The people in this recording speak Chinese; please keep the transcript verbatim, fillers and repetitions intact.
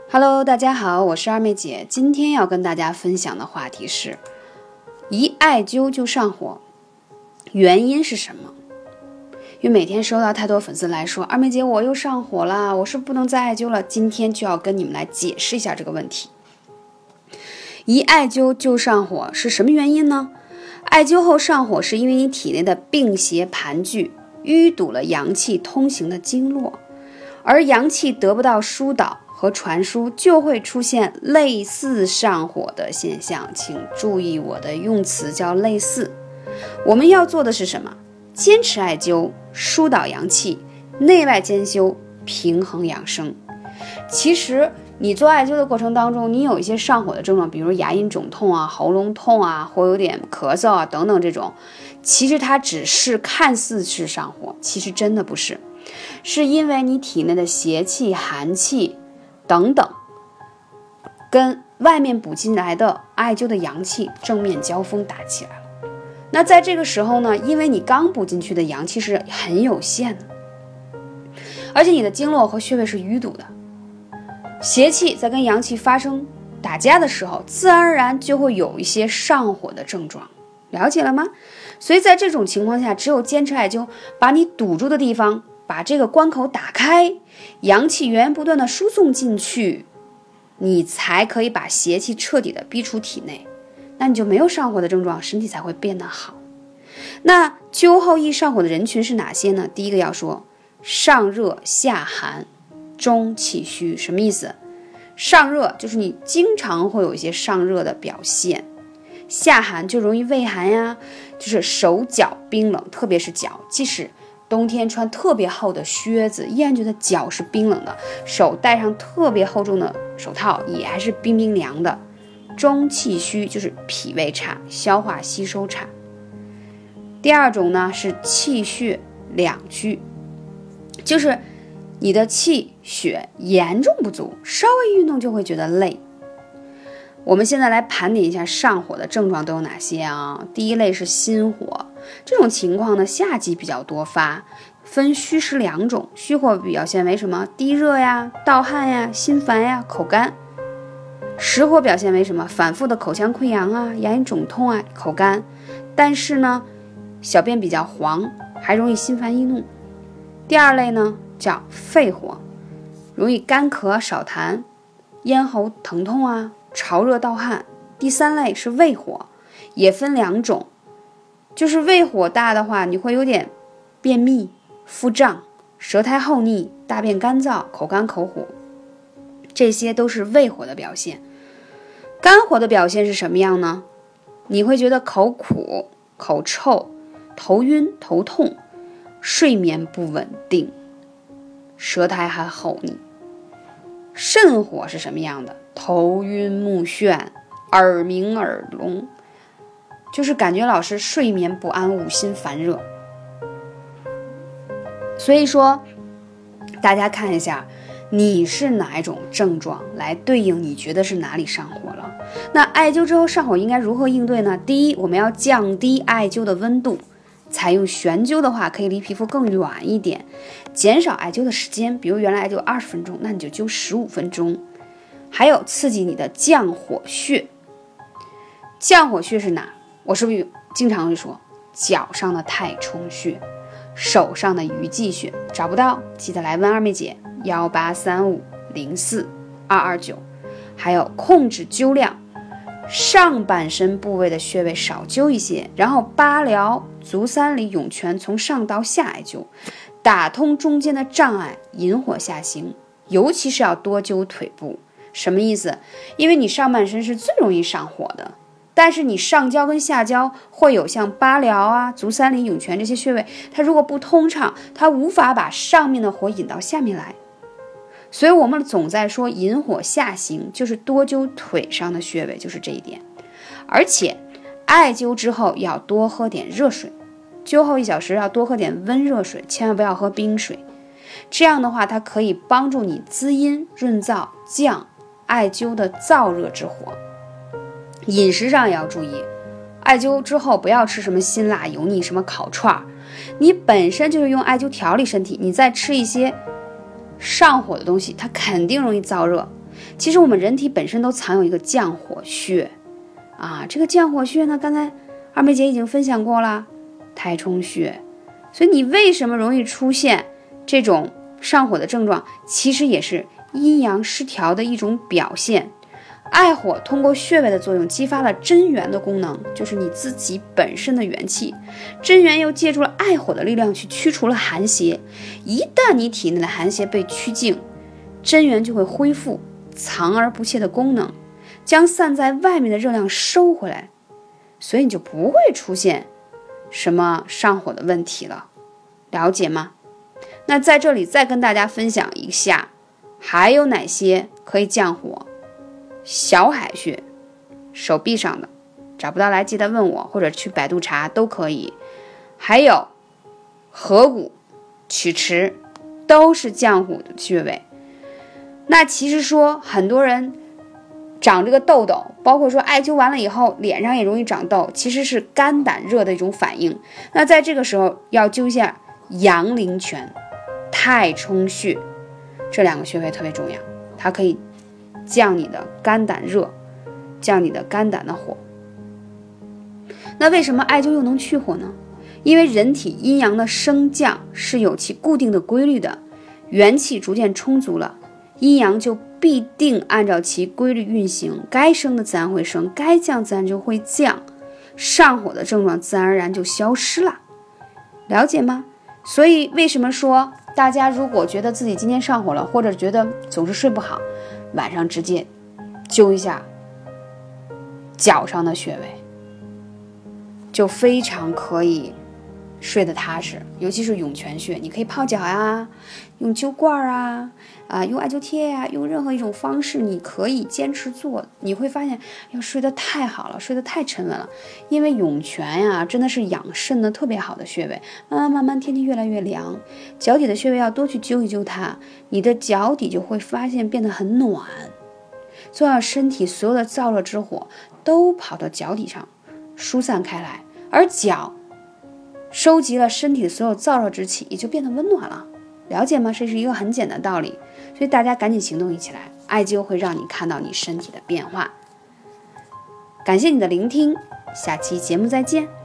Hello， 大家好，我是二妹姐。今天要跟大家分享的话题是：一艾灸就上火，原因是什么？因为每天收到太多粉丝来说，二妹姐我又上火了，我是不能再艾灸了。今天就要跟你们来解释一下这个问题。一艾灸就上火是什么原因呢？艾灸后上火是因为你体内的病邪盘踞，淤堵了阳气通行的经络，而阳气得不到疏导和传输，就会出现类似上火的现象。请注意我的用词叫类似。我们要做的是什么？坚持艾灸，疏导阳气，内外兼修，平衡养生。其实你做艾灸的过程当中，你有一些上火的症状，比如牙龈肿痛啊、喉咙痛啊，或有点咳嗽啊等等，这种其实它只是看似是上火，其实真的不是，是因为你体内的邪气、寒气等等跟外面补进来的艾灸的阳气正面交锋打起来了。那在这个时候呢，因为你刚补进去的阳气是很有限的，而且你的经络和穴位是淤堵的，邪气在跟阳气发生打架的时候，自然而然就会有一些上火的症状，了解了吗？所以在这种情况下，只有坚持艾灸，把你堵住的地方，把这个关口打开，阳气源源不断的输送进去，你才可以把邪气彻底的逼出体内，那你就没有上火的症状，身体才会变得好。那灸后易上火的人群是哪些呢？第一个要说上热下寒中气虚。什么意思？上热就是你经常会有一些上热的表现，下寒就容易畏寒呀，就是手脚冰冷，特别是脚，即使冬天穿特别厚的靴子，依然觉得脚是冰冷的，手戴上特别厚重的手套也还是冰冰凉的。中气虚就是脾胃差，消化吸收差。第二种呢是气血两虚，就是你的气血严重不足，稍微运动就会觉得累。我们现在来盘点一下上火的症状都有哪些啊？第一类是心火，这种情况呢夏季比较多发，分虚实两种。虚火表现为什么？低热呀、盗汗呀、心烦呀、口干。实火表现为什么？反复的口腔溃疡啊、牙龈肿痛啊、口干，但是呢小便比较黄，还容易心烦易怒。第二类呢叫肺火，容易干咳少痰，咽喉疼痛啊，潮热盗汗。第三类是胃火，也分两种，就是胃火大的话，你会有点便秘、腹胀、舌苔厚腻、大便干燥、口干口苦，这些都是胃火的表现。肝火的表现是什么样呢？你会觉得口苦、口臭、头晕、头痛，睡眠不稳定，舌苔还厚腻。肾火是什么样的？头晕目眩，耳鸣耳聋，就是感觉老是睡眠不安，五心烦热。所以说大家看一下你是哪一种症状，来对应你觉得是哪里上火了。那艾灸之后上火应该如何应对呢？第一，我们要降低艾灸的温度，采用悬灸的话可以离皮肤更远一点，减少艾灸的时间，比如原来艾灸二十分钟，那你就灸十五分钟。还有刺激你的降火穴。降火穴是哪？我是不是经常会说脚上的太冲穴，手上的鱼际穴？找不到记得来问二妹姐幺八三五零四二二九。还有控制灸量，上半身部位的穴位少灸一些，然后八髎、足三里、涌泉从上到下艾灸，打通中间的障碍，引火下行。尤其是要多灸腿部。什么意思？因为你上半身是最容易上火的，但是你上焦跟下焦会有像八髎啊、足三里、涌泉这些穴位，它如果不通畅，它无法把上面的火引到下面来。所以我们总在说引火下行，就是多灸腿上的穴位，就是这一点。而且艾灸之后要多喝点热水，灸后一小时要多喝点温热水，千万不要喝冰水。这样的话它可以帮助你滋阴润燥，降艾灸的燥热之火。饮食上也要注意，艾灸之后不要吃什么辛辣油腻，什么烤串，你本身就是用艾灸调理身体，你再吃一些上火的东西，它肯定容易燥热。 其实我们人体本身都藏有一个降火穴啊，这个降火穴呢，刚才二妹姐已经分享过了，太冲穴。所以你为什么容易出现这种上火的症状，其实也是阴阳失调的一种表现。艾火通过穴位的作用，激发了真元的功能，就是你自己本身的元气。真元又借助了艾火的力量去驱除了寒邪。一旦你体内的寒邪被驱净，真元就会恢复藏而不泄的功能，将散在外面的热量收回来，所以你就不会出现什么上火的问题了，了解吗？那在这里再跟大家分享一下，还有哪些可以降火。小海穴，手臂上的，找不到来记得问我，或者去百度查都可以。还有合谷、曲池都是降火的穴位。那其实说很多人长这个痘痘，包括说艾灸完了以后脸上也容易长痘，其实是肝胆热的一种反应。那在这个时候要灸一下阳陵泉、太冲穴，这两个穴位特别重要，它可以降你的肝胆热，降你的肝胆的火。那为什么艾灸又能去火呢？因为人体阴阳的升降是有其固定的规律的，元气逐渐充足了，阴阳就必定按照其规律运行，该升的自然会升，该降自然就会降，上火的症状自然而然就消失了，了解吗？所以为什么说大家如果觉得自己今天上火了，或者觉得总是睡不好，晚上直接灸一下脚上的穴位，就非常可以睡得踏实。尤其是涌泉穴，你可以泡脚啊，用灸罐啊，啊，用艾灸贴呀、啊，用任何一种方式，你可以坚持做，你会发现要睡得太好了，睡得太沉稳了。因为涌泉呀、啊，真的是养肾的特别好的穴位，慢慢慢慢天气越来越凉，脚底的穴位要多去灸一灸它，你的脚底就会发现变得很暖，做到身体所有的燥热之火都跑到脚底上疏散开来，而脚收集了身体的所有燥热之气，也就变得温暖了，了解吗？这是一个很简单的道理，所以大家赶紧行动一起来，艾灸会让你看到你身体的变化。感谢你的聆听，下期节目再见。